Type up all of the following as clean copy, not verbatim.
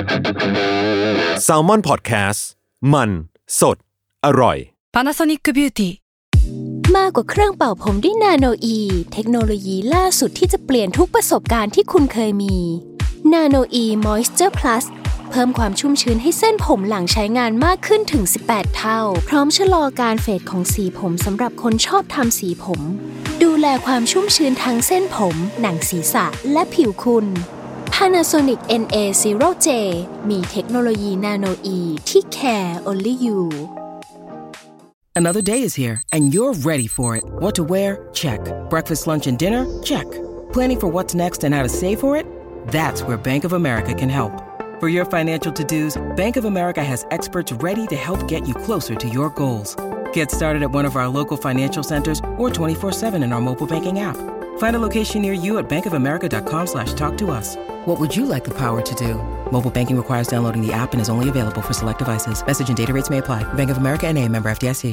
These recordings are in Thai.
Salmon Podcast มันสดอร่อย Panasonic Beauty มากกว่าเครื่องเป่าผมด้วยนาโนอีเทคโนโลยีล่าสุดที่จะเปลี่ยนทุกประสบการณ์ที่คุณเคยมีนาโนอีมอยส์เจอร์พลัสเพิ่มความชุ่มชื้นให้เส้นผมหลังใช้งานมากขึ้นถึง18เท่าพร้อมชะลอการเฟดของสีผมสำหรับคนชอบทำสีผมดูแลความชุ่มชื้นทั้งเส้นผมหนังศีรษะและผิวคุณ Panasonic NA0J มีเทคโนโลยีนาโนอีที่ care only you Another day is here, and you're ready for it. What to wear? Check. Breakfast, lunch, and dinner? Check. Planning for what's next and how to save for it? That's where Bank of America can help. For your financial to-dos, Bank of America has experts ready to help get you closer to your goals. Get started at one of our local financial centers or 24/7 in our mobile banking app. Find a location near you at bankofamerica.com/talktous. What would you like the power to do? Mobile banking requires downloading the app and is only available for select devices. Message and data rates may apply. Bank of America NA, member FDIC.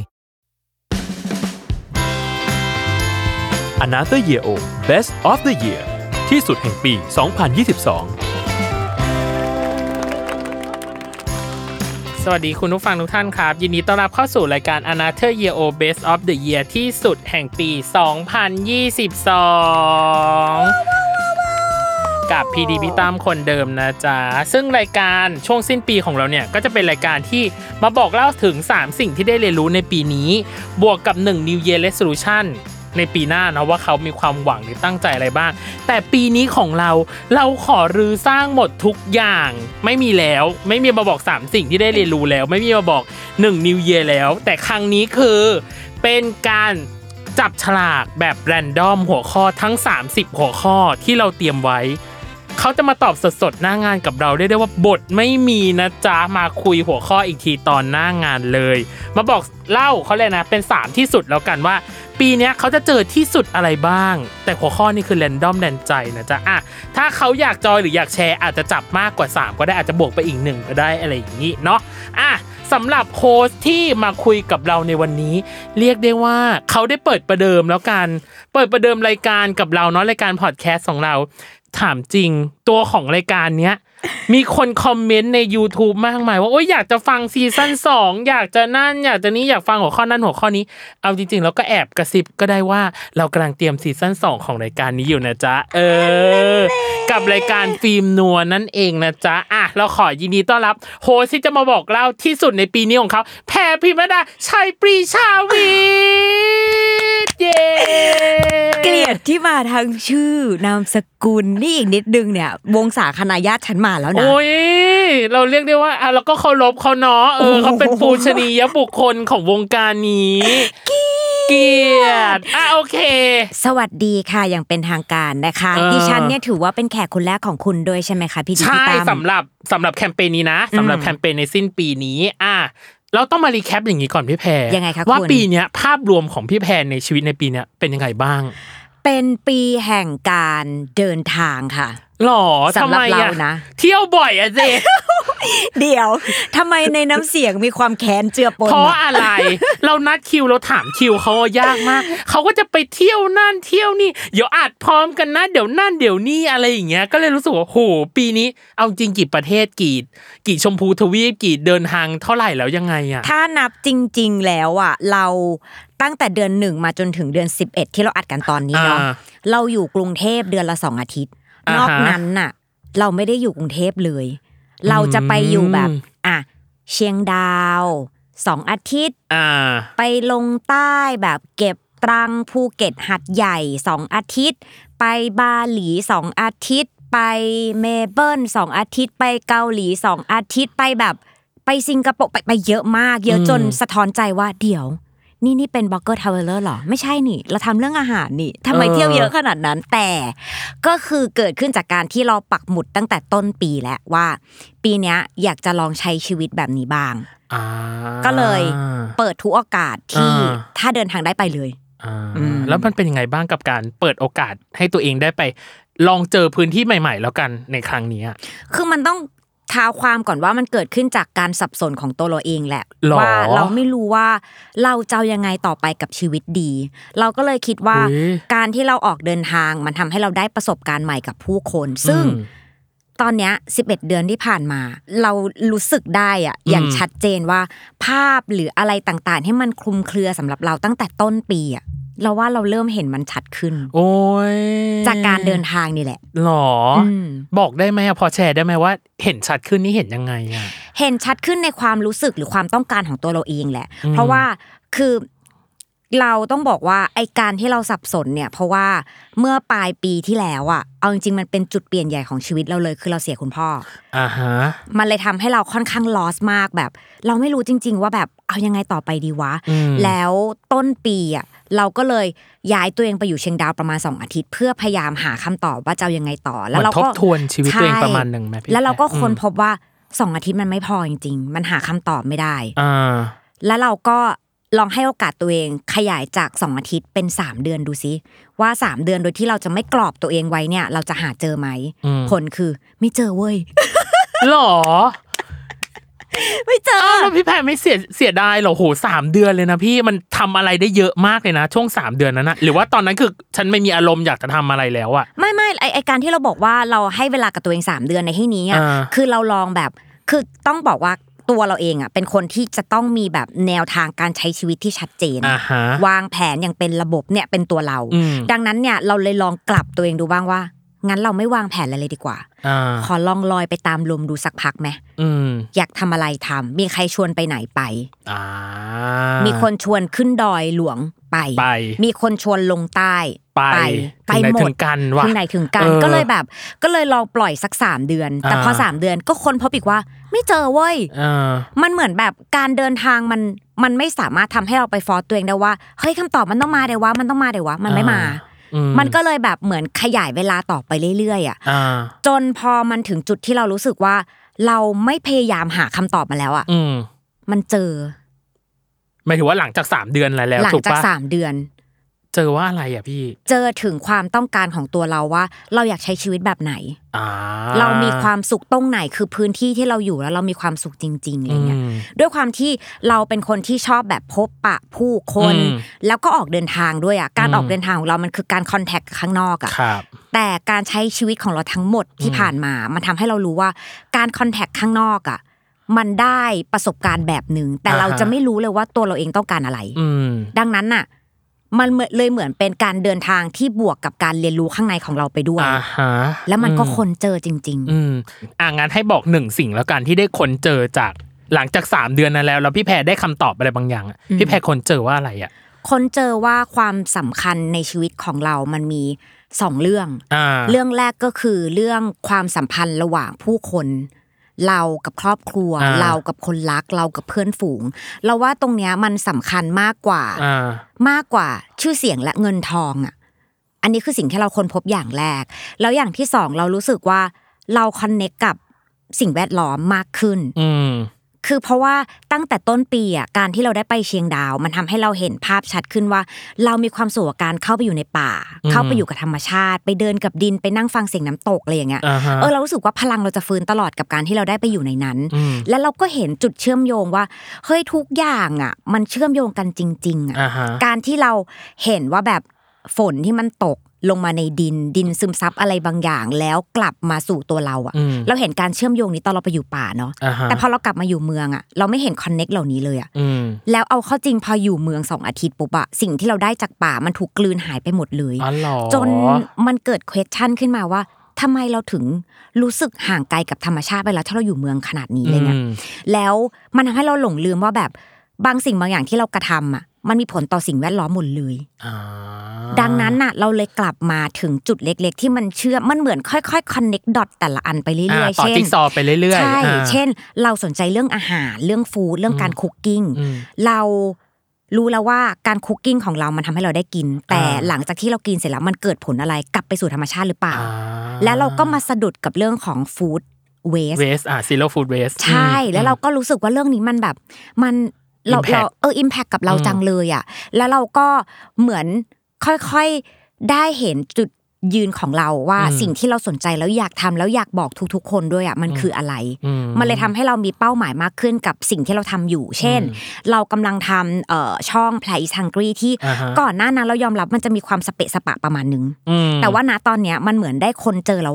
Another Year O Best of the Year ที่สุดแห่งปี 2022 สวัสดีคุณผู้ฟังทุกท่านครับยินดีต้อนรับเข้าสู่รายการ Another Year O Best of the Year ที่สุดแห่งปี 2022 กับพีดีพี่ตั้มคนเดิมนะจ๊ะซึ่งรายการช่วงสิ้นปีของเราเนี่ยก็จะเป็นรายการที่มาบอกเล่าถึง3สิ่งที่ได้เรียนรู้ในปีนี้บวกกับ1 New Year Resolutionในปีหน้านะว่าเขามีความหวังหรือตั้งใจอะไรบ้างแต่ปีนี้ของเราขอรื้อสร้างหมดทุกอย่างไม่มีแล้วไม่มีมาบอก3สิ่งที่ได้เรียนรู้แล้วไม่มีมาบอก1 New Year แล้วแต่ครั้งนี้คือเป็นการจับฉลากแบบแรนดอมหัวข้อทั้ง30หัวข้อที่เราเตรียมไว้เขาจะมาตอบสดๆหน้างานกับเราได้ว่าบทไม่มีนะจ๊ะมาคุยหัวข้ออีกทีตอนหน้างานเลยมาบอกเล่าเขาเลยนะเป็น3ที่สุดแล้วกันว่าปีนี้เขาจะเจอที่สุดอะไรบ้างแต่หัวข้อนี้คือแรนดอมแดนใจนะจ๊ะอ่ะถ้าเขาอยากจอยหรืออยากแชร์อาจจะจับมากกว่า3ก็ได้อาจจะบวกไปอีก1ก็ได้อะไรอย่างนี้เนาะอ่ะสำหรับโค้ชที่มาคุยกับเราในวันนี้เรียกได้ว่าเขาได้เปิดประเดิมแล้วกันเปิดประเดิมรายการกับเราเนาะรายการพอดแคสต์ของเราถามจริงตัวของรายการเนี้ยมีคนคอมเมนต์ใน YouTube มากมายว่าโอ๊ยอยากจะฟังซีซั่น2อยากจะนั่นอยากจะนี้อยากฟังหัวข้อนั้นหัวข้อนี้เอาจริงๆแล้วก็แอบกระซิบก็ได้ว่าเรากำลังเตรียมซีซั่น2ของรายการนี้อยู่นะจ๊ะกับรายการฟิล์มนัวนั่นเองนะจ๊ะอ่ะเราขอยินดีต้อนรับโฮสต์ที่จะมาบอกเล่าที่สุดในปีนี้ของเขาแพรพิมดาชัยปรีชาวิทย์เย้เกลียดที่มาทางชื่อนามสกุลนี่อีกนิดนึงเนี่ยวงศาคณาญาติฉันมาแล้วนะโอ้ยเราเรียกได้ว่าอ่ะเราก็เคารพเขาเนาะเขาเป็นปูชนียบุคคลของวงการนี้เกียรติโอเคสวัสดีค่ะอย่างเป็นทางการนะคะดิฉันเนี่ยถือว่าเป็นแขกคนแรกของคุณด้วยใช่ไหมคะพี่ดิจิตามใช่สำหรับแคมเปญนี้นะสำหรับแคมเปญในสิ้นปีนี้เราต้องมารีแคปอย่างนี้ก่อนพี่แพรยังไงคะว่าปีเนี้ยภาพรวมของพี่แพรในชีวิตในปีเนี้ยเป็นยังไงบ้างเป็นปีแห่งการเดินทางค่ะหรอทำไมนะเที่ยวบ่อยเจเดี๋ยวทำไมในน้ำเสียงมีความแค้นเจือปนเพราะอะไรเรานัดคิวเราถามคิวเขายากมากเขาก็จะไปเที่ยวนั่นเที่ยวนี่เดี๋ยวอัดพร้อมกันนะเดี๋ยวนั่นเดี๋ยวนี่อะไรอย่างเงี้ยก็เลยรู้สึกว่าโหปีนี้เอาจริงกี่ประเทศกี่ชมพูทวีปกี่เดินทางเท่าไหร่แล้วยังไงถ้านับจริงๆแล้วเราตั้งแต่เดือน1มาจนถึงเดือน11ที่เราอัดกันตอนนี้เนาะเราอยู่กรุงเทพเดือนละ2อาทิตย์นอกนั้นน่ะเราไม่ได้อยู่กรุงเทพเลยเราจะไปอยู่แบบเชียงดาว2อาทิตย์ไปลงใต้แบบเก็บตรังภูเก็ตหัดใหญ่2อาทิตย์ไปบาหลี2อาทิตย์ไปเมลเบิร์น2อาทิตย์ไปเกาหลี2อาทิตย์ไปแบบไปสิงคโปร์ไปเยอะมากเยอะจนสะท้อนใจว่าเดี๋ยวนี่เป็นบล็อกเกอร์ทราเวลเลอร์หรอไม่ใช่นี่เราทำเรื่องอาหารนี่ทำไมเที่ยวเยอะขนาดนั้นแต่ก็คือเกิดขึ้นจากการที่เราปักหมุดตั้งแต่ต้นปีแล้วว่าปีนี้อยากจะลองใช้ชีวิตแบบนี้บ้างก็เลยเปิดทุกโอกาสที่ถ้าเดินทางได้ไปเลยแล้วมันเป็นยังไงบ้างกับการเปิดโอกาสให้ตัวเองได้ไปลองเจอพื้นที่ใหม่ๆแล้วกันในครั้งนี้คือมันต้องท้าวความก่อนว่ามันเกิดขึ้นจากการสับสนของตัวเราเองแหละว่าเราไม่รู้ว่าเราจะยังไงต่อไปกับชีวิตดีเราก็เลยคิดว่าการที่เราออกเดินทางมันทำให้เราได้ประสบการณ์ใหม่กับผู้คนซึ่งตอนเนี้ย11เดือนที่ผ่านมาเรารู้สึกได้อ่ะอย่างชัดเจนว่าภาพหรืออะไรต่างๆที่มันคลุมเครือสำหรับเราตั้งแต่ต้นปีอ่ะเราว่าเราเริ่มเห็นมันชัดขึ้นโอ้ยจากการเดินทางนี่แหละหรอบอกได้ไหมพอแชร์ได้ไหมว่าเห็นชัดขึ้นนี่เห็นยังไงอ่ะเห็นชัดขึ้นในความรู้สึกหรือความต้องการของตัวเราเองแหละเพราะว่าคือเราต้องบอกว่าไอ้การที่เราสับสนเนี่ยเพราะว่าเมื่อปลายปีที่แล้วอ่ะเอาจริงๆมันเป็นจุดเปลี่ยนใหญ่ของชีวิตเราเลยคือเราเสียคุณพ่อฮะมันเลยทำให้เราค่อนข้างลอสมากแบบเราไม่รู้จริงๆว่าแบบเอายังไงต่อไปดีวะแล้วต้นปีอ่ะเราก็เลยย้ายตัวเองไปอยู่เชียงดาวประมาณ2อาทิตย์เพื่อพยายามหาคำตอบว่าจะยังไงต่อแล้วเราก็ทบทวนชีวิตตัวเองประมาณนึงมั้ยพี่แล้วเราก็ค้นพบว่า2อาทิตย์มันไม่พอจริงๆมันหาคำตอบไม่ได้แล้วเราก็ลองให้โอกาสตัวเองขยายจาก2อาทิตย์เป็น3เดือนดูซิว่า3เดือนโดยที่เราจะไม่กรอบตัวเองไว้เนี่ยเราจะหาเจอไหมผลคือไม่เจอเว้ยหรอไม่เจอแล้วพี่แพรไม่เสียดายหรอโห3เดือนเลยนะพี่มันทำอะไรได้เยอะมากเลยนะช่วง3เดือนนั้นนะหรือว่าตอนนั้นคือฉันไม่มีอารมณ์อยากจะทำอะไรแล้วอะไม่ไอการที่เราบอกว่าเราให้เวลากับตัวเอง3เดือนในที่นี้อ่ะคือเราลองแบบคือต้องบอกว่าตัวเราเองอ่ะเป็นคนที่จะต้องมีแบบแนวทางการใช้ชีวิตที่ชัดเจนวางแผนอย่างเป็นระบบเนี่ยเป็นตัวเราดังนั้นเนี่ยเราเลยลองกลับตัวเองดูบ้างว่างั้นเราไม่วางแผนอะไรเลยดีกว่าขอลองลอยไปตามลมดูสักพักไหมอยากทำอะไรทำมีใครชวนไปไหนไปมีคนชวนขึ้นดอยหลวงไปมีคนชวนลงใต้ไปหมดกันว่าถึงไหนถึงกันก็เลยลองปล่อยสัก3เดือนแต่พอ3เดือนก็ค้นพบอีกว่าไม่เจอเว้ยมันเหมือนแบบการเดินทางมันไม่สามารถทำให้เราไปฟอร์สตัวเองได้ว่าเฮ้ยคำตอบมันต้องมาเดี๋ยววะมันต้องมาเดี๋ยววะมันไม่มามันก็เลยแบบเหมือนขยายเวลาต่อไปเรื่อยๆอ่ะจนพอมันถึงจุดที่เรารู้สึกว่าเราไม่พยายามหาคำตอบมาแล้วอ่ะมันเจอหมายถึงว่าหลังจาก3เดือนแล้วหลังจาก3เดือนเจอว่าอะไรอ่ะพี่เจอถึงความต้องการของตัวเราว่าเราอยากใช้ชีวิตแบบไหนเรามีความสุขตรงไหนคือพื้นที่ที่เราอยู่แล้วเรามีความสุขจริงๆอะไรเงี้ยด้วยความที่เราเป็นคนที่ชอบแบบพบปะผู้คนแล้วก็ออกเดินทางด้วยอ่ะการออกเดินทางของเรามันคือการคอนแทคกับข้างนอกอ่ะแต่การใช้ชีวิตของเราทั้งหมดที่ผ่านมามันทำให้เรารู้ว่าการคอนแทคข้างนอกอ่ะมันได้ประสบการณ์แบบนึงแต่เราจะไม่รู้เลยว่าตัวเราเองต้องการอะไรดังนั้นน่ะมันเลยเหมือนเป็นการเดินทางที่บวกกับการเรียนรู้ข้างในของเราไปด้วยแล้วมันก็ค้นเจอจริงๆงั้นให้บอก1สิ่งแล้วกันที่ได้ค้นเจอจากหลังจาก3เดือนนั้นแล้วพี่แพรได้คำตอบอะไรบางอย่างพี่แพรค้นเจอว่าอะไรอ่ะค้นเจอว่าความสำคัญในชีวิตของเรามันมี2เรื่องเรื่องแรกก็คือเรื่องความสัมพันธ์ระหว่างผู้คนเรากับครอบครัวเรากับคนรักเรากับเพื่อนฝูงเราว่าตรงเนี้ยมันสำคัญมากกว่าชื่อเสียงและเงินทองอ่ะอันนี้คือสิ่งที่เราค้นพบอย่างแรกแล้วอย่างที่2เรารู้สึกว่าเราคอนเนคกับสิ่งแวดล้อมมากขึ้นคือเพราะว่าตั้งแต่ต้นปีอ่ะการที่เราได้ไปเชียงดาวมันทำให้เราเห็นภาพชัดขึ้นว่าเรามีความสุขกับการเข้าไปอยู่ในป่าเข้าไปอยู่กับธรรมชาติไปเดินกับดินไปนั่งฟังเสียงน้ำตกอะไรอย่างเงี้ยเรารู้สึกว่าพลังเราจะฟื้นตลอดกับการที่เราได้ไปอยู่ในนั้นแล้วเราก็เห็นจุดเชื่อมโยงว่าเฮ้ยทุกอย่างอ่ะมันเชื่อมโยงกันจริงๆอ่ะการที่เราเห็นว่าแบบฝนที่มันตกลงมาในดินซึมซับอะไรบางอย่างแล้วกลับมาสู่ตัวเราอ่ะเราเห็นการเชื่อมโยงนี้ตอนเราไปอยู่ป่าเนาะแต่พอเรากลับมาอยู่เมืองอ่ะเราไม่เห็นคอนเนคเหล่านี้เลยอ่ะแล้วเอาเข้าจริงพออยู่เมือง2อาทิตย์ปุ๊บอ่ะสิ่งที่เราได้จากป่ามันถูกกลืนหายไปหมดเลยจนมันเกิด question ขึ้นมาว่าทำไมเราถึงรู้สึกห่างไกลกับธรรมชาติไปแล้วถ้าเราอยู่เมืองขนาดนี้อะไรเงี้ยแล้วมันทำให้เราหลงลืมว่าแบบบางสิ่งบางอย่างที่เรากระทำอ่ะมันมีผลต่อสิ่งแวดล้อมหมดเลยดังนั้นน่ะเราเลยกลับมาถึงจุดเล็กๆที่มันเชื่อมมันเหมือนค่อยๆคอนเนคดอทแต่ละอันไปเรื่อยๆเช่นต่อจิ๊กซอว์ไปเรื่อยๆใช่เช่นเราสนใจเรื่องอาหารเรื่องฟู้ดเรื่องการคุกกิ้งเรารู้แล้วว่าการคุกกิ้งของเรามันทำให้เราได้กินแต่หลังจากที่เรากินเสร็จแล้วมันเกิดผลอะไรกลับไปสู่ธรรมชาติหรือเปล่าแล้วเราก็มาสะดุดกับเรื่องของฟู้ดเวส zero food waste ใช่แล้วเราก็รู้สึกว่าเรื่องนี้มันแบบมันเราimpact กับเราจังเลยอ่ะแล้วเราก็เหมือนค่อยๆได้เห็นจุดยืนของเราว่าสิ่งที่เราสนใจแล้วอยากทำแล้วอยากบอกทุกๆคนด้วยอ่ะมันคืออะไรมันเลยทำให้เรามีเป้าหมายมากขึ้นกับสิ่งที่เราทำอยู่เช่นเรากำลังทำช่อง Play is Hungry ที่ก่อนหน้านั้นเรายอมรับมันจะมีความสเปะสปะประมาณนึงแต่ว่าณตอนเนี้ยมันเหมือนได้คนเจอแล้วว่า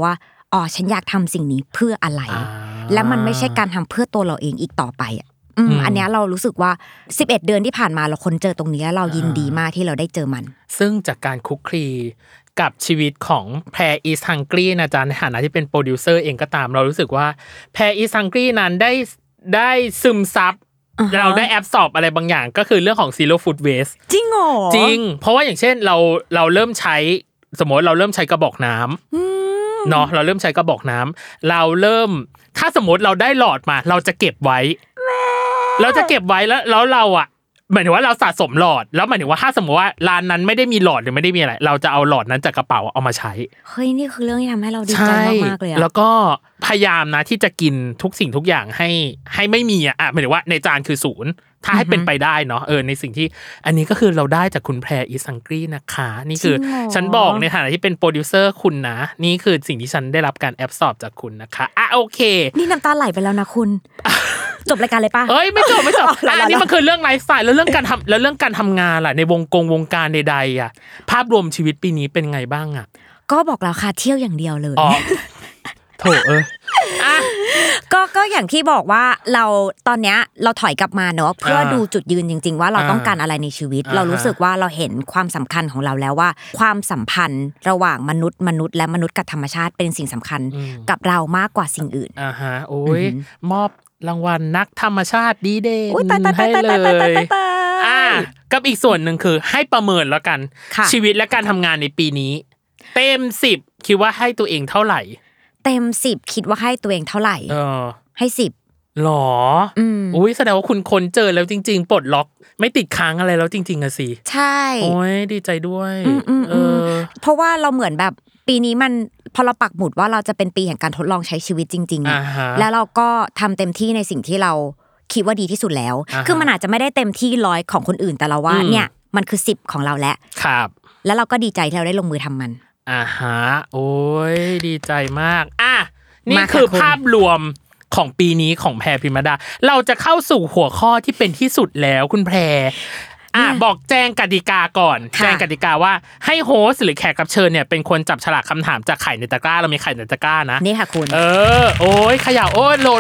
อ๋อฉันอยากทำสิ่งนี้เพื่ออะไรและมันไม่ใช่การทำเพื่อตัวเราเองอีกต่อไปอันนี้เรารู้สึกว่า11เดือนที่ผ่านมาเราค้นเจอตรงนี้เรายินดีมากที่เราได้เจอมันซึ่งจากการคุกคลีกับชีวิตของแพรอีสฮังกี้นะจ๊ะในฐานะที่เป็นโปรดิวเซอร์เองก็ตามเรารู้สึกว่าแพรอีสฮังกี้นั้นได้ซึมซับเราได้แอบสอบอะไรบางอย่างก็คือเรื่องของ Zero Food Waste จริงเหรอจริงเพราะว่าอย่างเช่นเราเริ่มใช้สมมติเราเริ่มใช้กระบอกน้ำเนาะเราเริ่มใช้กระบอกน้ำเราเริ่มถ้าสมมติเราได้หลอดมาเราจะเก็บไว้เราจะเก็บไว้แล้วเราอ่ะหมายถึงว่าเราสะสมหลอดแล้วหมายถึงว่าถ้าสมมติว่าร้านนั้นไม่ได้มีหลอดหรือไม่ได้มีอะไรเราจะเอาหลอดนั้นจากกระเป๋าเอามาใช้เฮ้ยนี่คือเรื่องที่ทำให้เราดีใจมากๆเลยอะแล้วก็พยายามนะที่จะกินทุกสิ่งทุกอย่างให้ไม่มีอ่ะหมายถึงว่าในจานคือศูนย์ถ้าให้เป็นไปได้เนาะในสิ่งที่อันนี้ก็คือเราได้จากคุณแพรอีสังกี้นะคะนี่คือฉันบอกในฐานะที่เป็นโปรดิวเซอร์คุณนะนี่คือสิ่งที่ฉันได้รับการแอบสอบจากคุณนะคะโอเคนี่น้ำตาไหลไปแล้วนะคุณจบรายการเลยป่ะไม่จบอันนี้มันคือเรื่องไลฟ์สไตล์แล้วเรื่องการทำงานล่ะในวงการใดๆอ่ะภาพรวมชีวิตปีนี้เป็นไงบ้างอ่ะก็บอกแล้วค่ะเที่ยวอย่างเดียวเลยโถก็อย่างที่บอกว่าเราตอนเนี้ยเราถอยกลับมาเนาะเพื่อดูจุดยืนจริงๆว่าเราต้องการอะไรในชีวิตเรารู้สึกว่าเราเห็นความสำคัญของเราแล้วว่าความสัมพันธ์ระหว่างมนุษย์และมนุษย์กับธรรมชาติเป็นสิ่งสำคัญกับเรามากกว่าสิ่งอื่นโอ้ยมอบรางวัลนักธรรมชาติดีเด่นให้เลยกับอีกส่วนหนึ่งคือให้ประเมินแล้วกันชีวิตและการทำงานในปีนี้เต็ม10คิดว่าให้ตัวเองเท่าไหร่เต็ม10คิดว่าให้ตัวเองเท่าไหร่ให้10 หรออุ้ยแสดงว่าคุณค้นเจอแล้วจริงๆปลดล็อกไม่ติดค้างอะไรแล้วจริงๆอะสิใช่โอ้ยดีใจด้วยเพราะว่าเราเหมือนแบบปีนี้มันพอเราปักหมุดว่าเราจะเป็นปีแห่งการทดลองใช้ชีวิตจริงๆแล้วเราก็ทำเต็มที่ในสิ่งที่เราคิดว่าดีที่สุดแล้วคือมันอาจจะไม่ได้เต็มที่100ของคนอื่นแต่เราว่าเนี่ยมันคือ10ของเราแล้วครับแล้วเราก็ดีใจที่เราได้ลงมือทำมันโอ้ยดีใจมากนี่คือภาพรวมของปีนี้ของแพรพิมดาเราจะเข้าสู่หัวข้อที่เป็นที่สุดแล้วคุณแพรบอกแจ้งกติกาก่อนแจ้งกติกาว่าให้โฮสต์หรือแขกรับเชิญเนี่ยเป็นคนจับฉลากคำถามจากไข่ในตะกร้าเรามีไข่ในตะกร้านะนี่ค่ะคุณโอ้ยขยะโอ้ยหล่น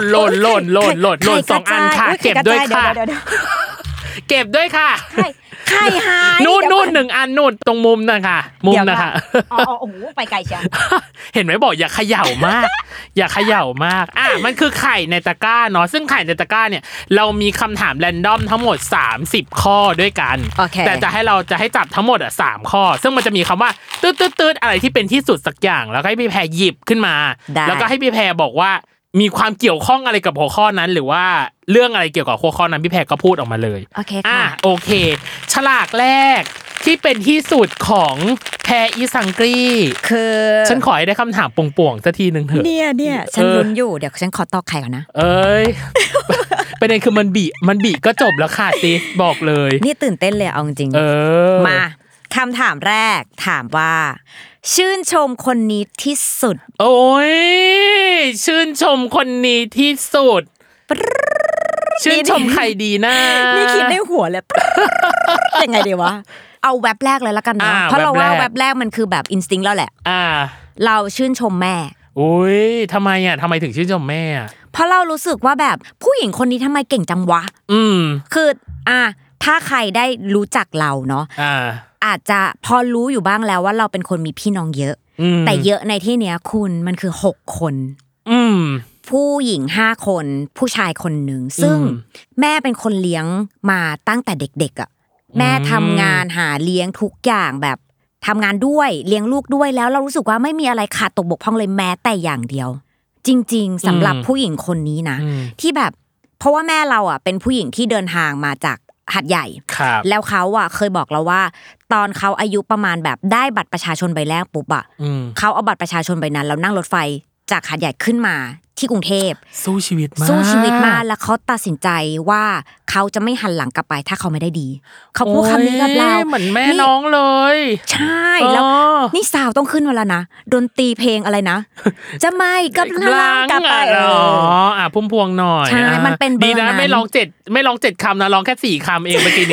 2อันค่ะเก็บด้วยค่ะเก็บด้วยค่ะไข่หายนู่น1อันนู่นตรงมุมนะคะมุมนะคะโอ้โหไปไกลจังเห็นไหมบอกอย่าเขย่ามากมันคือไข่ในตะกร้าเนาะซึ่งไข่ในตะกร้าเนี่ยเรามีคำถามแรนดอมทั้งหมด30ข้อด้วยกันแต่จะให้จับทั้งหมด3ข้อซึ่งมันจะมีคำว่าตืดอะไรที่เป็นที่สุดสักอย่างแล้วให้พี่แพรหยิบขึ้นมาแล้วก็ให้พี่แพรบอกว่ามีความเกี่ยวข้องอะไรกับหัวข้อนั้นหรือว่าเรื่องอะไรเกี่ยวกับหัวข้อนั้นพี่แพรก็พูดออกมาเลยโอเคค่ะโอเคฉลากแรกที่เป็นที่สุดของแพรอีสังกี้คือฉันขอให้ได้คำถามป่วงๆสักทีนึงเถอะเนี่ยฉันลุ้นอยู่เดี๋ยวฉันขอตอกไข่ก่อนนะประเด็นคือมันบีก็จบแล้วค่ะซิบอกเลยนี่ตื่นเต้นเลยเอาจริงมาคำถามแรกถามว่าชื่นชมคนนี้ที่สุดโอ้ยชื่นชมคนนี้ที่สุดชื่นชมใครดีนะนี่คิดในหัวเลยยังไงดีวะเอาแว็บแรกเลยละกันเนาะเพราะเราว่าแว็บแรกมันคือแบบอินสติ้งแล้วแหละเราชื่นชมแม่อุ้ยทำไมถึงชื่นชมแม่เพราะเรารู้สึกว่าแบบผู้หญิงคนนี้ทำไมเก่งจังวะคือถ้าใครได้รู้จักเราเนาะอาจจะพอรู้อยู่บ้างแล้วว่าเราเป็นคนมีพี่น้องเยอะแต่เยอะในที่เนี้ยคุณมันคือ6คนผู้หญิง5คนผู้ชายคนหนึ่งซึ่งแม่เป็นคนเลี้ยงมาตั้งแต่เด็กๆอ่ะแม่ทำงานหาเลี้ยงทุกอย่างแบบทำงานด้วยเลี้ยงลูกด้วยแล้วเรารู้สึกว่าไม่มีอะไรขาดตกบกพร่องเลยแม้แต่อย่างเดียวจริงๆสำหรับผู้หญิงคนนี้นะที่แบบเพราะว่าแม่เราอ่ะเป็นผู้หญิงที่เดินทางมาจากหาดใหญ่แล้วเขาอ่ะเคยบอกเราว่าตอนเขาอายุประมาณแบบได้บัตรประชาชนใบแรกปุ๊บอ่ะเขาเอาบัตรประชาชนใบนั้นแล้วนั่งรถไฟจากหาดใหญ่ขึ้นมาที่กรุงเทพสู้ชีวิตมากแล้วเขาตัดสินใจว่าเขาจะไม่หันหลังกลับไปถ้าเขาไม่ได้ดีเขาพูดคำนี้กับเราเหมือนแม่น้องเลยใช่แล้วนี่สาวต้องขึ้นมาแล้วนะดนตรีเพลงอะไรนะจะไม่กำลังกลับไปพุ่มพวงหน่อยใช่มันเป็นดีนะไม่ร้อง7คำนะร้องแค่4คำเองเมื่อกี้นี้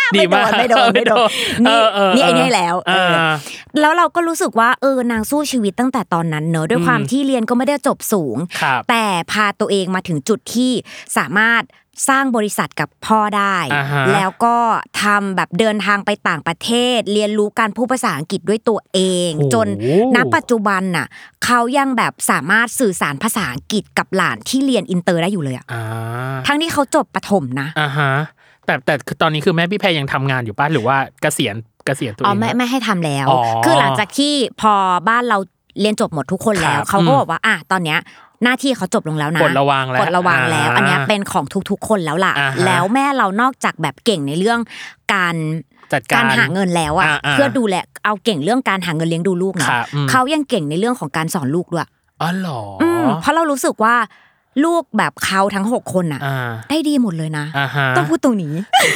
ดีมากไม่โดนนี่ไอ้นี่แล้วแล้วเราก็รู้สึกว่านางสู้ชีวิตตั้งแต่ตอนนั้นเนอะด้วยความที่เรียนก็ไม่ได้จบสูงแต่พาตัวเองมาถึงจุดที่สามารถสร้างบริษัทกับพ่อได้แล้วก็ทำแบบเดินทางไปต่างประเทศเรียนรู้การพูดภาษาอังกฤษด้วยตัวเองจนณปัจจุบันน่ะเขายังแบบสามารถสื่อสารภาษาอังกฤษกับหลานที่เรียนอินเตอร์ได้อยู่เลยอ่ะทั้งที่เขาจบประถมนะแต่คือตอนนี้คือแม่พี่แพรยังทำงานอยู่ป่ะหรือว่าเกษียณตัวเองไม่ให้ทำแล้วคือหลังจากที่พอบ้านเราเรียนจบหมดทุกคนแล้วเขาก็บอกว่าตอนเนี้ยหน้าที่เขาจบลงแล้วนะกดระวังแล้วอันนี้เป็นของทุกๆคนแล้วล่ะแล้วแม่เรานอกจากแบบเก่งในเรื่องการหาเงินแล้วอ่ะเพื่อดูแลเอาเก่งเรื่องการหาเงินเลี้ยงดูลูกเนาะเขายังเก่งในเรื่องของการสอนลูกด้วยอ๋อเหรอเพราะเรารู้สึกว่าลูกแบบเขาทั้ง6คนน่ะได้ดีหมดเลยนะต้องพูดตรงนี้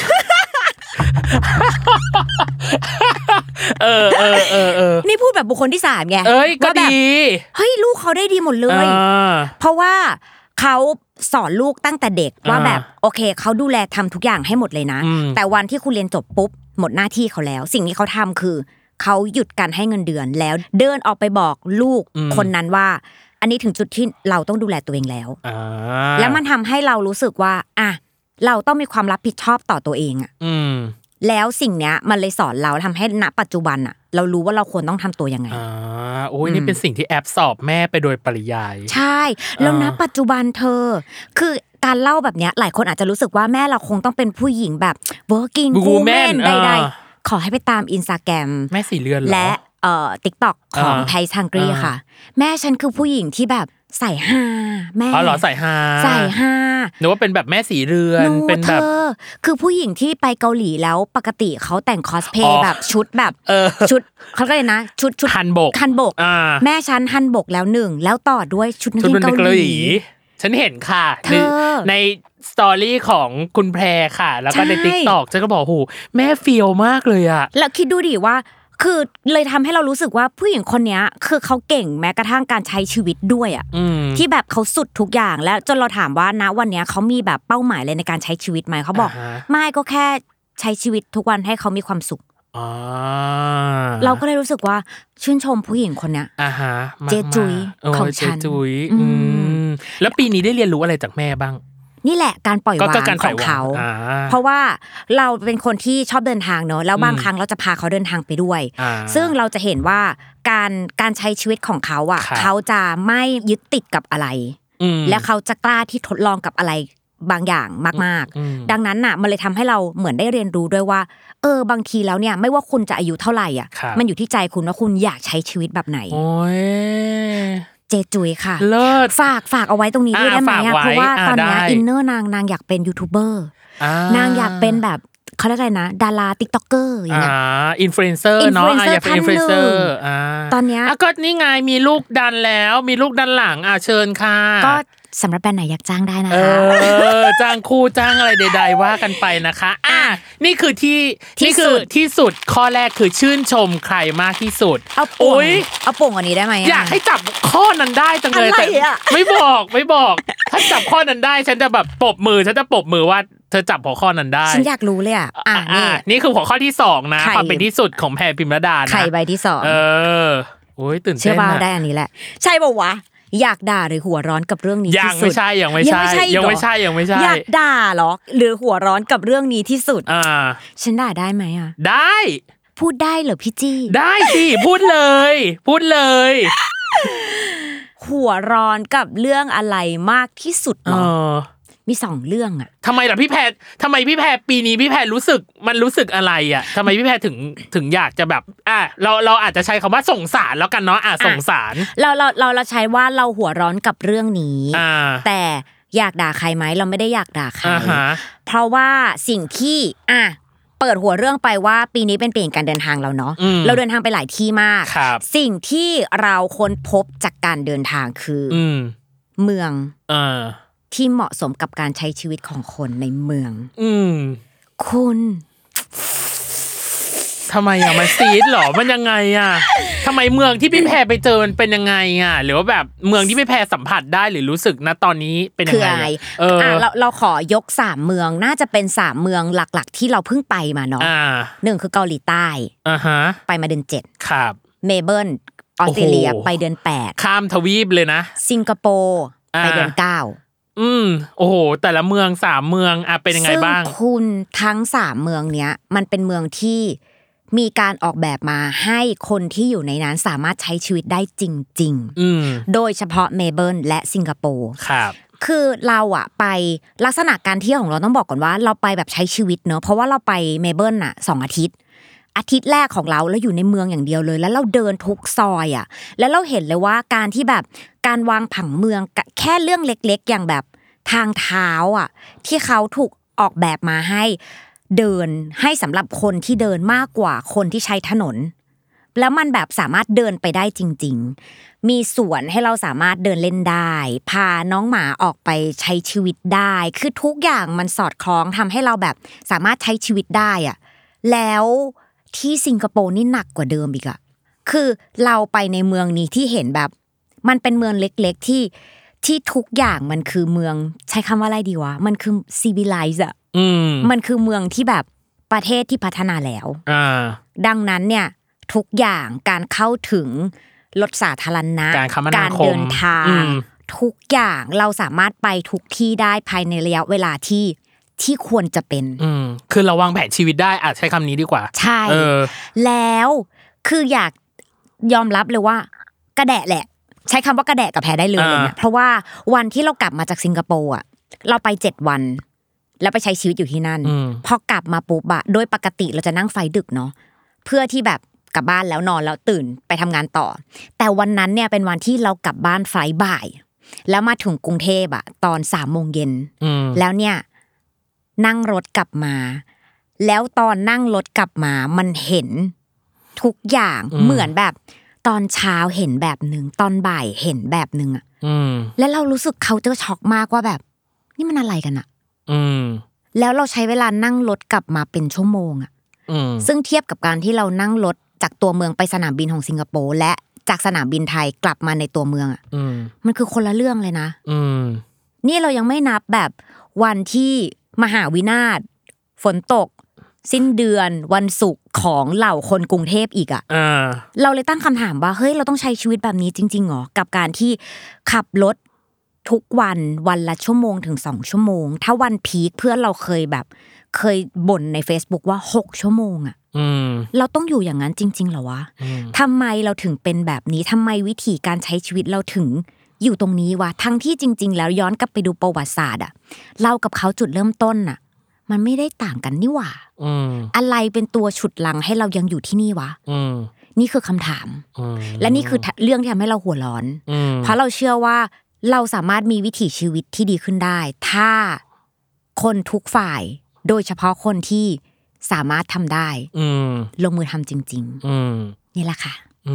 นี่พูดแบบบุคคลที่3ไงก็ดีเฮ้ยลูกเขาได้ดีหมดเลยเพราะว่าเขาสอนลูกตั้งแต่เด็กว่าแบบโอเคเขาดูแลทำทุกอย่างให้หมดเลยนะแต่วันที่คุณเรียนจบปุ๊บหมดหน้าที่เขาแล้วสิ่งที่เขาทำคือเขาหยุดการให้เงินเดือนแล้วเดินออกไปบอกลูกคนนั้นว่าอันนี้ถึงจุดที่เราต้องดูแลตัวเองแล้วแล้วมันทำให้เรารู้สึกว่าเราต้องมีความรับผิดชอบต่อตัวเองอ่ะแล้วสิ่งเนี้ยมันเลยสอนเราทำให้ณปัจจุบันอ่ะเรารู้ว่าเราควรต้องทำตัวยังไงโอ้ยนี่เป็นสิ่งที่แอบสอบแม่ไปโดยปริยายใช่แล้วณปัจจุบันเธอคือการเล่าแบบเนี้ยหลายคนอาจจะรู้สึกว่าแม่เราคงต้องเป็นผู้หญิงแบบ working woman ใดๆขอให้ไปตาม Instagram แม่สีเรือนและTikTok ของไทยฮังกี้ค่ะแม่ฉันคือผู้หญิงที่แบบใส่ฮาแม่อ๋อเหรอใส่ฮาหรือว่าเป็นแบบแม่สีเรือนเป็นแบบคือผู้หญิงที่ไปเกาหลีแล้วปกติเขาแต่งคอสเพย์แบบชุดแบบชุดเขาก็เลยนะชุดฮันบกแม่ฉันฮันบกแล้ว1แล้วต่อด้วยชุดนักเรียนเกาหลีฉันเห็นค่ะในสตอรี่ของคุณแพรค่ะแล้วก็ใน TikTok ฉันก็บอกโหแม่เฟียวมากเลยอ่ะแล้วคิดดูดิว่าคือเลยทำให้เรารู้สึกว่าผู้หญิงคนนี้คือเขาเก่งแม้กระทั่งการใช้ชีวิตด้วยอ่ะที่แบบเขาสุดทุกอย่างแล้วจนเราถามว่าณวันนี้เขามีแบบเป้าหมายอะไรในการใช้ชีวิตไหมเขาบอกไม่ก็แค่ใช้ชีวิตทุกวันให้เขามีความสุขเราก็เลยรู้สึกว่าชื่นชมผู้หญิงคนนี้เจจุยของฉันแล้วปีนี้ได้เรียนรู้อะไรจากแม่บ้างนี่แหละการปล่อยวางของเขาเพราะว่าเราเป็นคนที่ชอบเดินทางเนอะแล้วบางครั้งเราจะพาเขาเดินทางไปด้วยซึ่งเราจะเห็นว่าการใช้ชีวิตของเขาอ่ะเขาจะไม่ยึดติดกับอะไรและเขาจะกล้าที่ทดลองกับอะไรบางอย่างมากๆดังนั้นน่ะมันเลยทำให้เราเหมือนได้เรียนรู้ด้วยว่าบางทีแล้วเนี่ยไม่ว่าคุณจะอายุเท่าไหร่อ่ะมันอยู่ที่ใจคุณว่าคุณอยากใช้ชีวิตแบบไหนเจจุยค่ะฝากเอาไว้ตรงนี้ด้วยได้ไหมเพราะว่าตอนนี้อินเนอร์นางอยากเป็นยูทูบเบอร์นางอยากเป็นแบบเขาเรียกอะไรนะดาราติ๊กต็อกเกอร์อย่างเงี้ยอินฟลูเอนเซอร์เนาะอยากเป็นอินฟลูเอนเซอร์ตอนนี้ก็นี่ไงมีลูกดันแล้วมีลูกดันหลังเชิญค่ะก็สำหรับแบรนด์ไหนอยากจ้างได้นะคะจ้างคู่จ้างอะไรใดๆว่ากันไปนะคะนี่คือที่สุดข้อแรกคือชื่นชมใครมากที่สุดเอาโป่งอันนี้ได้ไหมอยากให้จับข้อนั้นได้จังเลยแต่ไม่บอกถ้าจับข้อนั้นได้ฉันจะแบบปรบมือว่าเธอจับหัวข้อนั้นได้ฉันอยากรู้เลยนี่คือหัวข้อที่2นะความเป็นที่สุดของแพรพิมรดานะไข่ใบที่2 โอ้ยตื่นเต้นนะเชื่อว่าได้อันนี้แหละใช่ป่าววะอยากด่าหรือหัวร้อนกับเรื่องนี้ที่สุดยังไม่ใช่ยังไม่ใช่อยากด่าหรอหรือหัวร้อนกับเรื่องนี้ที่สุดฉันด่าได้ไหมได้พูดได้เหรอพี่จี้ได้สิพูดเลยหัวร้อนกับเรื่องอะไรมากที่สุดหรอมี2เรื่องทำไมล่ะพี่แพรทำไมพี่แพรปีนี้พี่แพรรู้สึกอะไรทำไมพี่แพรถึงอยากจะแบบเราอาจจะใช้คำว่าสงสารแล้วกันเนาะสงสารเราใช้ว่าเราหัวร้อนกับเรื่องนี้แต่อยากด่าใครไหมเราไม่ได้อยากด่าใครเพราะว่าสิ่งที่เปิดหัวเรื่องไปว่าปีนี้เป็นปีแห่งการเดินทางเราเนาะเราเดินทางไปหลายที่มากสิ่งที่เราค้นพบจากการเดินทางคือเมืองที่เหมาะสมกับการใช้ชีวิตของคนในเมืองคุณทำไมอ่ะมันซีดหรอมันยังไงอ่ะทำไมเมืองที่พี่แพรไปเจอมันเป็นยังไงอ่ะหรือว่าแบบเมืองที่พี่แพรสัมผัสได้หรือรู้สึกนะตอนนี้เป็นยังไงเราขอยก3เมืองน่าจะเป็น3เมืองหลักๆที่เราเพิ่งไปมาเนาะ1คือเกาหลีใต้ไปมาเดือน7ครับเมลเบิร์นออสเตรเลียไปเดือน8 ข้ามทวีปเลยนะสิงคโปร์ไปเดือน9 โอ้โหแต่ละเมือง3เมืองเป็นยังไงบ้างซึ่งคุณทั้ง3เมืองเนี้ยมันเป็นเมืองที่มีการออกแบบมาให้คนที่อยู่ในนั้นสามารถใช้ชีวิตได้จริงๆโดยเฉพาะเมลเบิร์นและสิงคโปร์ครับคือเราอะไปลักษณะการเที่ยวของเราต้องบอกก่อนว่าเราไปแบบใช้ชีวิตเนอะเพราะว่าเราไปเมลเบิร์นอะ2อาทิตย์แรกของเราอยู่ในเมืองอย่างเดียวเลยแล้วเราเดินทุกซอยอ่ะแล้วเราเห็นเลยว่าการที่แบบการวางผังเมืองแค่เรื่องเล็กๆอย่างแบบทางเท้าอ่ะที่เขาถูกออกแบบมาให้เดินให้สำหรับคนที่เดินมากกว่าคนที่ใช้ถนนแล้วมันแบบสามารถเดินไปได้จริงๆมีสวนให้เราสามารถเดินเล่นได้พาน้องหมาออกไปใช้ชีวิตได้คือทุกอย่างมันสอดคล้องทำให้เราแบบสามารถใช้ชีวิตได้อ่ะแล้วที่สิงคโปร์นี่หนักกว่าเดิมอีกอ่ะคือเราไปในเมืองนี้ที่เห็นแบบมันเป็นเมืองเล็กๆที่ทุกอย่างมันคือเมืองใช้คำว่าอะไรดีวะมันคือ civilized อ่ะมันคือเมืองที่แบบประเทศที่พัฒนาแล้วดังนั้นเนี่ยทุกอย่างการเข้าถึงรถสาธารณะการเดินทางทุกอย่างเราสามารถไปทุกที่ได้ภายในระยะเวลาที่ควรจะเป็นคือเราวางแผนชีวิตได้ใช้คำนี้ดีกว่าใช่แล้วคืออยากยอมรับเลยว่ากระแดะแหละใช้คำว่ากระแดะกับแพ้ได้เลยเนี่ยเพราะว่าวันที่เรากลับมาจากสิงคโปร์อ่ะเราไป7วันแล้วไปใช้ชีวิตอยู่ที่นั่นพอกลับมาปุ๊บอะโดยปกติเราจะนั่งไฟดึกเนาะเพื่อที่แบบกลับบ้านแล้วนอนแล้วตื่นไปทำงานต่อแต่วันนั้นเนี่ยเป็นวันที่เรากลับบ้านไฟบ่ายแล้วมาถึงกรุงเทพอะตอน3 โมงเย็นแล้วเนี่ยนั่งรถกลับมาแล้วตอนนั่งรถกลับมามันเห็นทุกอย่างเหมือนแบบตอนเช้าเห็นแบบนึงตอนบ่ายเห็นแบบนึงอ่ะแล้วเรารู้สึกเขาจะช็อกมากว่าแบบนี่มันอะไรกันอ่ะแล้วเราใช้เวลานั่งรถกลับมาเป็นชั่วโมงอ่ะซึ่งเทียบกับการที่เรานั่งรถจากตัวเมืองไปสนามบินของสิงคโปร์และจากสนามบินไทยกลับมาในตัวเมืองอ่ะมันคือคนละเรื่องเลยนะนี่เรายังไม่นับแบบวันที่มหาวินาศฝนตกสิ้นเดือนวันศุกร์ของเหล่าคนกรุงเทพอีกอ่ะเราเลยตั้งคำถามว่าเฮ้ยเราต้องใช้ชีวิตแบบนี้จริงๆหรอกับการที่ขับรถทุกวันละชั่วโมงถึง2 ชั่วโมงถ้าวันพีคเพื่อนเราเคยบ่นใน Facebook ว่า6 ชั่วโมงอ่ะเราต้องอยู่อย่างนั้นจริงๆหรอวะทำไมเราถึงเป็นแบบนี้ทำไมวิธีการใช้ชีวิตเราถึงอยู่ตรงนี้วะทั้งที่จริงๆแล้วย้อนกลับไปดูประวัติศาสตร์อ่ะเรากับเขาจุดเริ่มต้นน่ะมันไม่ได้ต่างกันนี่หว่าอะไรเป็นตัวฉุดลังให้เรายังอยู่ที่นี่วะนี่คือคำถามและนี่คือเรื่องที่ทำให้เราหัวร้อนเพราะเราเชื่อว่าเราสามารถมีวิถีชีวิตที่ดีขึ้นได้ถ้าคนทุกฝ่ายโดยเฉพาะคนที่สามารถทำได้ลงมือทำจริงๆนี่แหละค่ะ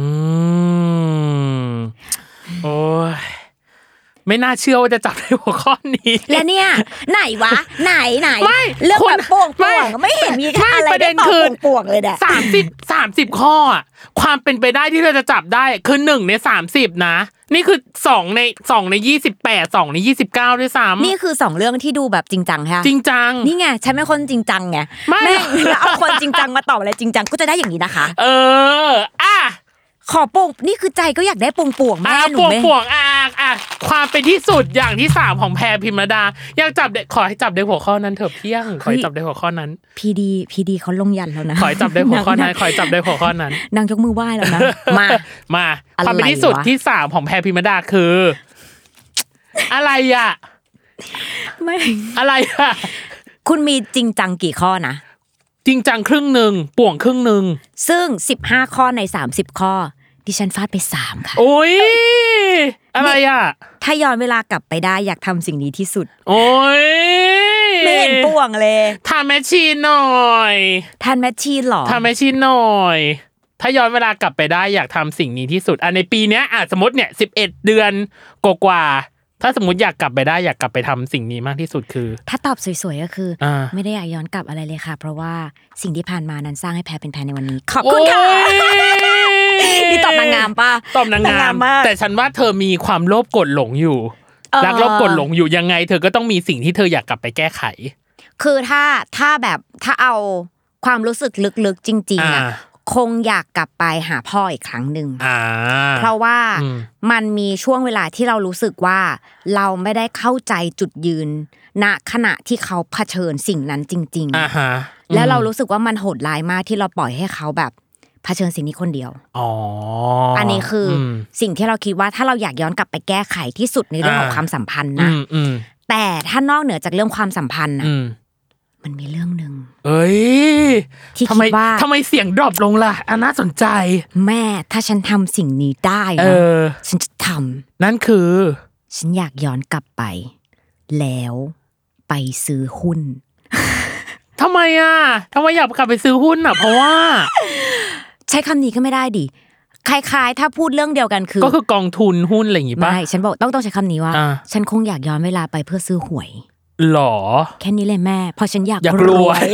โอ้ยไม่น่าเชื่อว่าจะจับได้หัวข้อนี้แล้วเนี่ยไหนวะไหนเรื่องแบบป่วงไม่เห็นมีอะไรได้ตอบป่วงเลยแหละ 30ข้ออ่ะความเป็นไปได้ที่เราจะจับได้คือ1ใน30นะนี่คือ2ใน28 2ใน29ด้วยซ้ำนี่คือ2เรื่องที่ดูแบบจริงจังค่ะจริงจังนี่ไงฉันเป็นคนจริงจังไงแม่แล้วเอาคนจริงจังมาตอบอะไรจริงจังก็จะได้อย่างนี้นะคะขอป่วงนี่คือใจก็อยากได้ป่วงแม่หนูป่วงความเป็นที่สุดอย่างที่3ของแพรพิมรดาอยากจับขอให้จับได้หัวข้อนั้นเถอะเพียงขอให้จับได้หัวข้อนั้นพีดีเขาลงยันแล้วนะขอให้จับได้หัวข้อนั้นขอให้จับได้หัวข้อนั้นนางยกมือไหว้แล้วนะมาความเป็นที่สุดที่3ของแพรพิมรดาคืออะไรอ่ะไม่อะไรอ่ะคุณมีจริงจังกี่ข้อนะจริงจังครึ่งนึงป่วงครึ่งนึงซึ่ง15ข้อใน30ข้อดิฉันฟาดไป3ค่ะโอ้ยอะไรอ่ะถ้าย้อนเวลากลับไปได้อยากทำสิ่งนี้ที่สุดโอ้ยไม่เห็นป่วงเลยทำแมชชีนหน่อยทำแมชชีนหรอทำแมชชีนหน่อยถ้าย้อนเวลากลับไปได้อยากทำสิ่งนี้ที่สุดในปีนี้สมมติเนี่ย11 เดือนกว่าถ้าสมมติอยากกลับไปได้อยากกลับไปทำสิ่งนี้มากที่สุดคือถ้าตอบสวยๆก็คือไม่ได้อยากย้อนกลับอะไรเลยค่ะเพราะว่าสิ่งที่ผ่านมานั้นสร้างให้แพรเป็นแพรในวันนี้ขอบคุณค่ะนี่ตอบนางงามป่ะตอบนางงามแต่ฉันว่าเธอมีความโลภโกรธหลงอยู่รักโลภโกรธหลงอยู่ยังไงเธอก็ต้องมีสิ่งที่เธออยากกลับไปแก้ไขคือถ้าแบบถ้าเอาความรู้สึกลึกๆจริงๆอ่ะคงอยากกลับไปหาพ่ออีกครั้งนึงเพราะว่ามันมีช่วงเวลาที่เรารู้สึกว่าเราไม่ได้เข้าใจจุดยืนณขณะที่เขาเผชิญสิ่งนั้นจริงๆแล้วเรารู้สึกว่ามันโหดร้ายมากที่เราปล่อยให้เขาแบบเผชิญสิ่งนี้คนเดียวอันนี้คือสิ่งที่เราคิดว่าถ้าเราอยากย้อนกลับไปแก้ไขที่สุดในเรื่องของความสัมพันธ์นะแต่ถ้านอกเหนือจากเรื่องความสัมพันธ์นะมันมีเรื่องนึงที่คิดว่าทำไมเสียงดรอปลงล่ะน่าสนใจแม่ถ้าฉันทำสิ่งนี้ได้ฉันจะทำนั่นคือฉันอยากย้อนกลับไปแล้วไปซื้อหุ้นทำไมอยากกลับไปซื้อหุ้นเพราะว่าใช้คำนี้ก็ไม่ได้ดิคล้ายๆถ้าพูดเรื่องเดียวกันคือก็คือกองทุนหุ้นอะไรอย่างงี้ป่ะไม่ฉันบอกต้องใช้คำนี้ว่าฉันคงอยากย้อนเวลาไปเพื่อซื้อหวยหรอแค่นี้เลยแม่เพราะฉันอยากรวย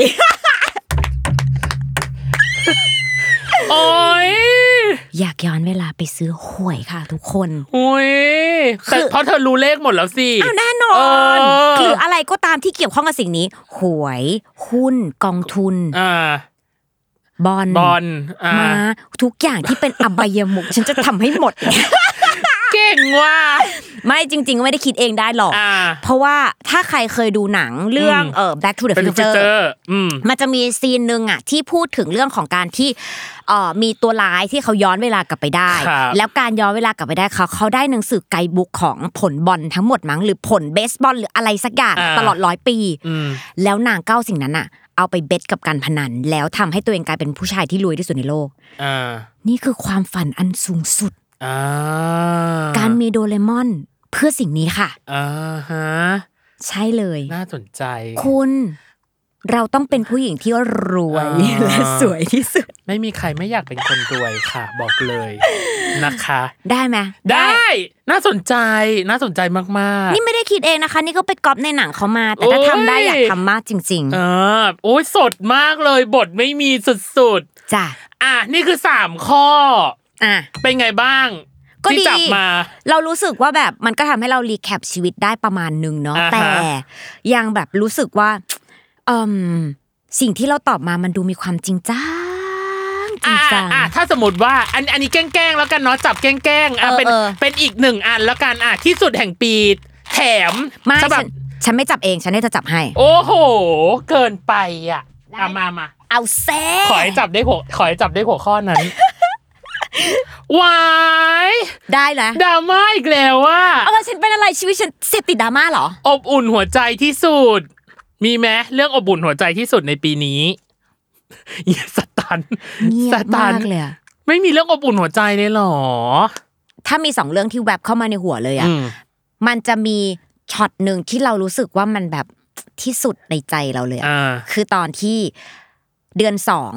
โอ๊ยอยากย้อนเวลาไปซื้อหวยค่ะทุกคนโอ๊ยแต่เพราะเธอรู้เลขหมดแล้วสิแน่นอนหรืออะไรก็ตามที่เกี่ยวข้องกับสิ่งนี้หวยหุ้นกองทุนบอลมาทุกอย่างที่เป็นอบายมุขฉันจะทำให้หมดเก่งว่ะไม่จริงๆไม่ได้คิดเองได้หรอกเพราะว่าถ้าใครเคยดูหนังเรื่องBack to the Future มันจะมีซีนนึงที่พูดถึงเรื่องของการที่มีตัวร้ายที่เขาย้อนเวลากลับไปได้แล้วการย้อนเวลากลับไปได้เขาได้หนังสือไกด์บุ๊กของผลบอลทั้งหมดมั้งหรือผลเบสบอลหรืออะไรสักอย่างตลอด100 ปีแล้วนางเก้าสิ่งนั้นเอาไปเบ็ทกับการพนันแล้วทำให้ตัวเองกลายเป็นผู้ชายที่รวยที่สุดในโลกนี่คือความฝันอันสูงสุดการมีโดเรมอนเพื่อสิ่งนี้ค่ะใช่เลยน่าสนใจคุณเราต้องเป็นผู้หญิงที่รวยและสวยที่สุดไม่มีใครไม่อยากเป็นคนรวยค่ะบอกเลยนะคะได้ไหมได้น่าสนใจมากๆนี่ไม่ได้คิดเองนะคะนี่ก็ไปก๊อปในหนังเขามาแต่ถ้าทำได้อยากทำมากจริงๆโอ้ยสดมากเลยบทไม่มีสุดๆจ้ะนี่คือ3ข้อเป็นไงบ้างก็ดีเรารู้สึกว่าแบบมันก็ทำให้เรารีแคปชีวิตได้ประมาณนึงเนาะแต่ยังแบบรู้สึกว่าสิ่งที่เราตอบมามันดูมีความจริงจังถ้าสมมติว่าอันนี้แกล้งแล้วกันเนาะจับแกล้งเป็นอีก1อันแล้วกันที่สุดแห่งปีแถมฉันไม่จับเองฉันให้เธอจับให้โอ้โหเกินไปมาเอาแซ่ขอให้จับได้หัวข้อนั้นวายได้นะดราม่าอีกแล้วฉันเป็นอะไรชีวิตฉันเสพติดดราม่าเหรออบอุ่นหัวใจที่สุดมีไหมเรื่องอบอุ่นหัวใจที่สุดในปีนี้สตันเลยไม่มีเรื่องอบอุ่นหัวใจเลยหรอถ้ามี2เรื่องที่แวบเข้ามาในหัวเลยมันจะมีช็อตนึงที่เรารู้สึกว่ามันแบบที่สุดในใจเราเลยคือตอนที่เดือน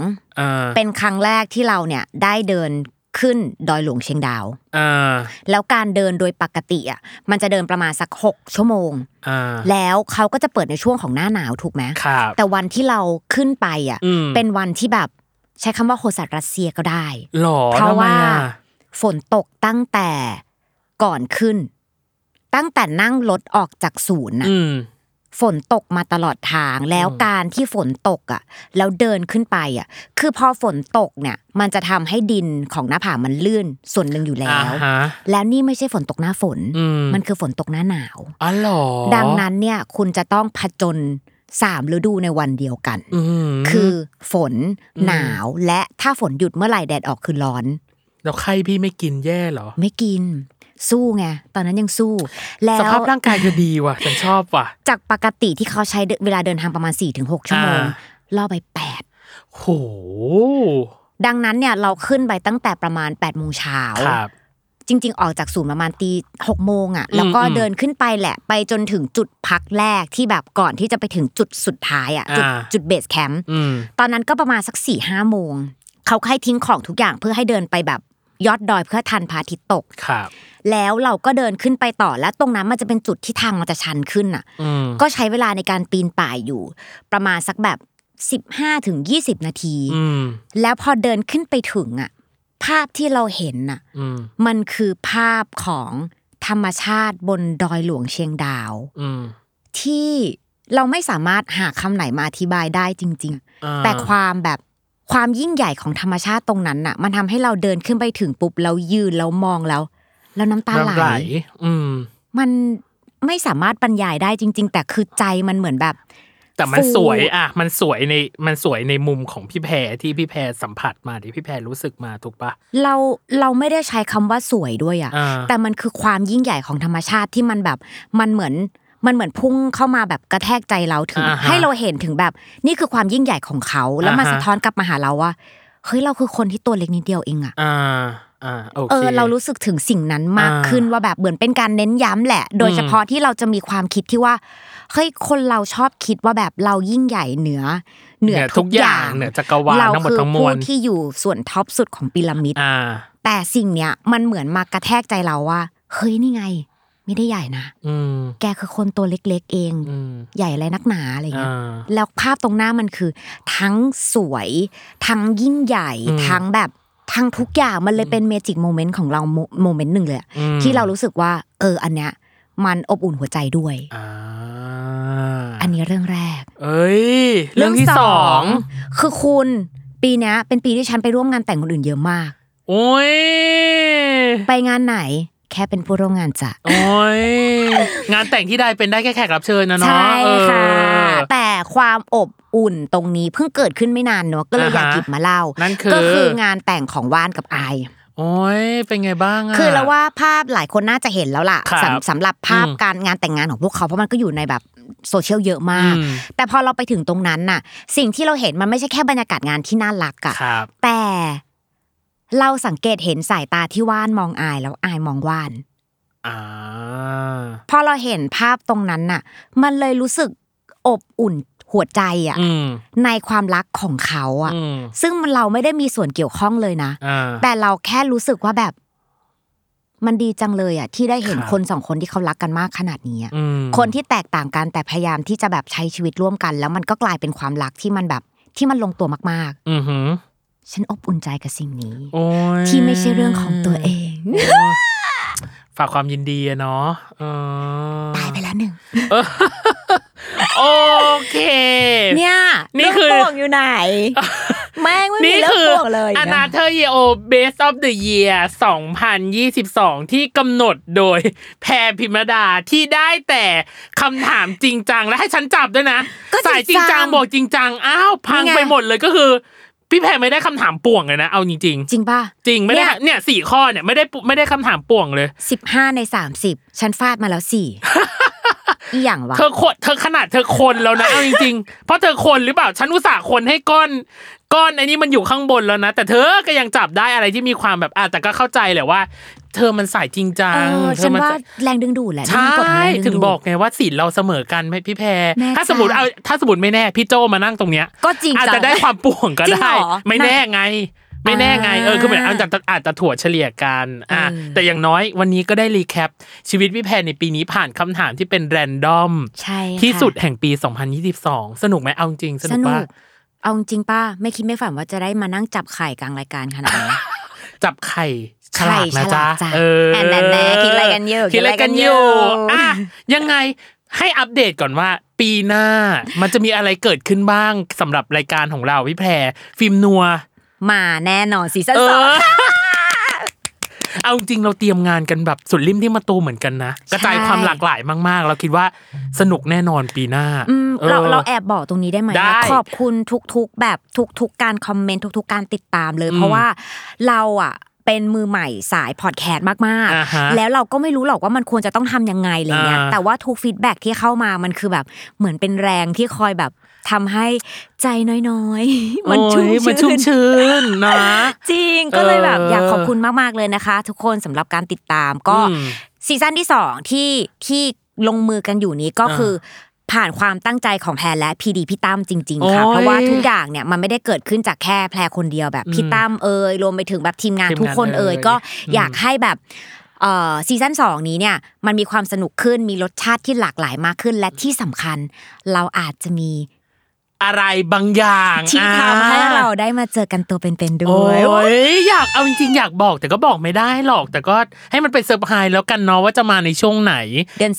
2เป็นครั้งแรกที่เราเนี่ยได้เดินขึ้นดอยหลวงเชียงดาวแล้วการเดินโดยปกติมันจะเดินประมาณสัก6 ชั่วโมงแล้วเขาก็จะเปิดในช่วงของหน้าหนาวถูกไหมแต่วันที่เราขึ้นไปเป็นวันที่แบบใช้คำว่าโหสัตรัสเซียก็ได้เพราะว่าฝนตกตั้งแต่ก่อนขึ้นตั้งแต่นั่งรถออกจากศูนย์ฝนตกมาตลอดทางแล้วการที่ฝนตกแล้วเดินขึ้นไปคือพอฝนตกเนี่ยมันจะทำให้ดินของหน้าผามันลื่นส่วนนึงอยู่แล้วแล้วนี่ไม่ใช่ฝนตกหน้าฝนมันคือฝนตกหน้าหนาวดังนั้นเนี่ยคุณจะต้องผจญ3 ฤดูในวันเดียวกันคือฝนหนาวและถ้าฝนหยุดเมื่อไหร่แดดออกคือร้อนแล้วไข้พี่ไม่กินแย่เหรอไม่กินสู้ไงตอนนั้นยังสู้แล้วสภาพร่างกายก็ดีว่ะฉันชอบว่ะจากปกติที่เขาใช้เวลาเดินทางประมาณ 4-6 ชั่วโมงล่อไป8โหดังนั้นเนี่ยเราขึ้นไปตั้งแต่ประมาณ 8 โมงเช้าจริงๆออกจากศูนย์ประมาณ6 โมงแล้วก็เดินขึ้นไปแหละไปจนถึงจุดพักแรกที่แบบก่อนที่จะไปถึงจุดสุดท้ายจุดเบสแคมป์ตอนนั้นก็ประมาณสัก 4-5 โมงเขาให้ทิ้งของทุกอย่างเพื่อให้เดินไปแบบยอดดอยเพื่อทันพระอาทิตย์ตกครับแล้วเราก็เดินขึ้นไปต่อแล้วตรงนั้นมันจะเป็นจุดที่ทางมันจะชันขึ้นอ่ะก็ใช้เวลาในการปีนป่ายอยู่ประมาณสักแบบ15 ถึง 20 นาทีแล้วพอเดินขึ้นไปถึงอ่ะภาพที่เราเห็นน่ะมันคือภาพของธรรมชาติบนดอยหลวงเชียงดาวที่เราไม่สามารถหาคำไหนมาอธิบายได้จริงๆแต่ความยิ่งใหญ่ของธรรมชาติตรงนั้นน่ะมันทำให้เราเดินขึ้นไปถึงปุ๊บแล้วยืนแล้วมองแล้วน้ำตาไหลมันไม่สามารถบรรยายได้จริงๆแต่คือใจมันเหมือนแบบแต่มันสวยอ่ะมันสวยในมุมของพี่แพรที่พี่แพรสัมผัสมาที่พี่แพรรู้สึกมาถูกปะเราไม่ได้ใช้คำว่าสวยด้วยอ่ะแต่มันคือความยิ่งใหญ่ของธรรมชาติที่มันแบบมันเหมือนพุ่งเข้ามาแบบกระแทกใจเราถึงให้เราเห็นถึงแบบนี่คือความยิ่งใหญ่ของเขาแล้วมันสะท้อนกลับมาหาเราว่าเฮ้ยเราคือคนที่ตัวเล็กนิดเดียวเองอ่ะเรารู้สึกถึงสิ่งนั้นมากขึ้นว่าแบบเหมือนเป็นการเน้นย้ำแหละโดยเฉพาะที่เราจะมีความคิดที่ว่าเฮ้ยคนเราชอบคิดว่าแบบเรายิ่งใหญ่เหนือทุกอย่างเหนือจักรวาลทั้งหมดทั้งมวลเราคือผู้ที่อยู่ส่วนท็อปสุดของพีระมิดแต่สิ่งเนี้ยมันเหมือนมากระแทกใจเราว่าเฮ้ยนี่ไงไม่ได้ใหญ่นะแกคือคนตัวเล็กๆเองใหญ่อะไรนักหนาอะไรเงี้ยแล้วภาพตรงหน้ามันคือทั้งสวยทั้งยิ่งใหญ่ทั้งแบบทั้งทุกอย่างมันเลยเป็นเมจิกโมเมนต์ของเราโมเมนต์นึงเลยที่เรารู้สึกว่าอันเนี้ยมันอบอุ่นหัวใจด้วยอันนี้เรื่องแรกเรื่องที่2 คือคุณปีนี้เป็นปีที่ฉันไปร่วมงานแต่งคนอื่นเยอะมากโอ้ยไปงานไหนแค่เป็นผู้ร่วมงานจ้ะโอ้ยงานแต่งที่ใดเป็นได้แค่แขกรับเชิญนะเนาะใช่ค่ะแต่ความอบอุ่นตรงนี้เพิ่งเกิดขึ้นไม่นานเนาะก็เลยอยากหยิบมาเล่าก็คืองานแต่งของว่านกับอายโอ้ยเป็นไงบ้างอ่ะคือแล้วว่าภาพหลายคนน่าจะเห็นแล้วล่ะสำหรับภาพการงานแต่งงานของพวกเขาเพราะมันก็อยู่ในแบบโซเชียลเยอะมากแต่พอเราไปถึงตรงนั้นน่ะสิ่งที่เราเห็นมันไม่ใช่แค่บรรยากาศงานที่น่ารักอ่ะแต่เราสังเกตเห็นสายตาที่ว่านมองอายแล้วอายมองว่านพอเราเห็นภาพตรงนั้นน่ะมันเลยรู้สึกอบอุ่นหัวใจอ่ะในความรักของเขาอ่ะซึ่งเราไม่ได้มีส่วนเกี่ยวข้องเลยนะแต่เราแค่รู้สึกว่าแบบมันดีจังเลยอ่ะที่ได้เห็นคนสองคนที่เขารักกันมากขนาดนี้คนที่แตกต่างกันแต่พยายามที่จะแบบใช้ชีวิตร่วมกันแล้วมันก็กลายเป็นความรักที่มันแบบที่มันลงตัวมากๆฉันอบอุ่นใจกับสิ่งนี้ที่ไม่ใช่เรื่องของตัวเองฝากความยินดีอะเนาะตายไปแล้วหนึ่งโอเคเนี่ยนี่คือป่วงอยู่ไหนแม่งไม่มีเรื่องป่วงเลย Another Year Best of the Year 2022ที่กำหนดโดยแพรพิมรดาที่ได้แต่คำถามจริงจังและให้ฉันจับด้วยนะสายจริงจังบอกจริงจังอ้าวพังไปหมดเลยก็คือพี่แพรไม่ได้คำถามป่วงเลยนะเอาจริงจริงป่ะจริงไม่ได้เนี่ย4ข้อเนี่ยไม่ได้คำถามป่วงเลย 15ใน30ฉันฟาดมาแล้ว4อีหยังวะเธอขนาดเธอคนแล้วนะเอาจริงๆเพราะเธอคนหรือเปล่าฉันอุตส่าห์คนให้ก้อนไอ้นี่มันอยู่ข้างบนแล้วนะแต่เธอก็ยังจับได้อะไรที่มีความแบบแต่ก็เข้าใจแหละว่าเธอมันสายจริงจังฉันว่าแรงดึงดูดแหละใช่ถึงบอกไงว่าศีลเราเสมอกันพี่แพรถ้าสมมติไม่แน่พี่โจมานั่งตรงเนี้ยก็จริงอาจจะได้ความป่วงก็ได้ไม่แน่ไงคือเหมือนอาจจะถั่วเฉลี่ยกันแต่อย่างน้อยวันนี้ก็ได้รีแคปชีวิตพี่แพรในปีนี้ผ่านคำถามที่เป็นแรนดอมที่สุดแห่งปี2022สนุกไหมเอาจริงสนุกป่ะเอาจริงป่ะไม่คิดไม่ฝันว่าจะได้มานั่งจับไข่กลางรายการขนาดนี้จับไข่ฉลาดนะจ๊ะแน่คิดอะไรกันอยู่ยังไงให้อัปเดตก่อนว่าปีหน้ามันจะมีอะไรเกิดขึ้นบ้างสำหรับรายการของเราพี่แพรฟิล์มนัวมาแน่นอนซีซั่น2 เอาจริงเราเตรียมงานกันแบบสุดริมที่มาตูเหมือนกันนะกระจายความหลากหลายมากๆเราคิดว่าสนุกแน่นอนปีหน้าเราแอบบอกตรงนี้ได้ไหมขอบคุณทุกๆแบบทุกๆการคอมเมนต์ทุกๆการติดตามเลยเพราะว่าเราอ่ะเป็นมือใหม่สายพอดแคสต์มากๆแล้วเราก็ไม่รู้หรอกว่ามันควรจะต้องทำยังไงอะไรเงี้ยแต่ว่าทุกฟีดแบ็กที่เข้ามามันคือแบบเหมือนเป็นแรงที่คอยแบบทำให้ใจน้อยๆมันชุ่มชื้นนะจริงก็เลยแบบอยากขอบคุณมากๆเลยนะคะทุกคนสำหรับการติดตามก็ซีซั่นที่2ที่ลงมือกันอยู่นี้ก็คือผ่านความตั้งใจของแพรและพีดีพี่ตั้มจริงๆค่ะเพราะว่าทุกอย่างเนี่ยมันไม่ได้เกิดขึ้นจากแค่แพรคนเดียวแบบพี่ตั้มรวมไปถึงแบบทีมงานทุกคนก็อยากให้แบบซีซั่น2นี้เนี่ยมันมีความสนุกขึ้นมีรสชาติที่หลากหลายมากขึ้นและที่สำคัญเราอาจจะมีอะไรบางอย่างที่ทำให้เราได้มาเจอกันตัวเป็นๆด้วยโอ้ยอยากเอาจริงๆอยากบอกแต่ก็บอกไม่ได้หรอกแต่ก็ให้มันเป็นเซอร์ไพรส์แล้วกันเนาะว่าจะมาในช่วงไหนเดือน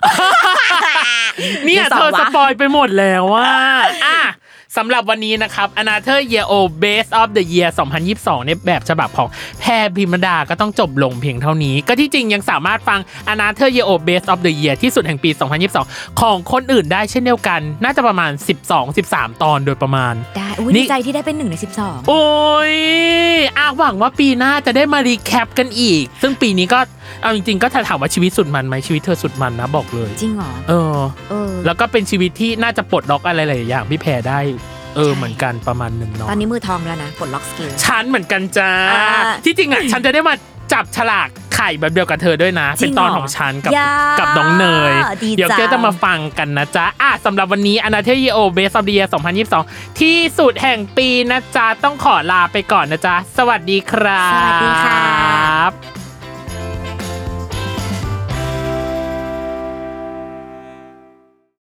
3เนี่ยเธอสปอยไปหมดแล้วว่าสำหรับวันนี้นะครับ Another Year O Best of the Year 2022ในแบบฉบับของแพรพิมดาก็ต้องจบลงเพียงเท่านี้ก็ที่จริงยังสามารถฟัง Another Year O Best of the Year ที่สุดแห่งปี2022ของคนอื่นได้เช่นเดียวกันน่าจะประมาณ12-13 ตอนโดยประมาณได้ดีใจที่ได้เป็น1ใน12 โอ้ยหวังว่าปีหน้าจะได้มารีแคปกันอีกซึ่งปีนี้ก็เอาจริงๆก็ถามว่าชีวิตสุดมันไหมชีวิตเธอสุดมันนะบอกเลยจริงเหรอแล้วก็เป็นชีวิตที่น่าจะปลดล็อกอะไรหลายอย่างพี่แพรได้เหมือนกันประมาณนึงเนาะตอนนี้มือทองแล้วนะปลดล็อกสกิลฉันเหมือนกันจ้าที่จริงฉันจะได้มาจับฉลากไข่แบบเดียวกับเธอด้วยนะเป็นตอนของฉันกับน้องเนยเดี๋ยวจะมาฟังกันนะจ๊ะสำหรับวันนี้ Another Year O Best of the Year 2022ที่สุดแห่งปีนะจ๊ะต้องขอลาไปก่อนนะจ๊ะสวัสดีครับสวัสดีครับ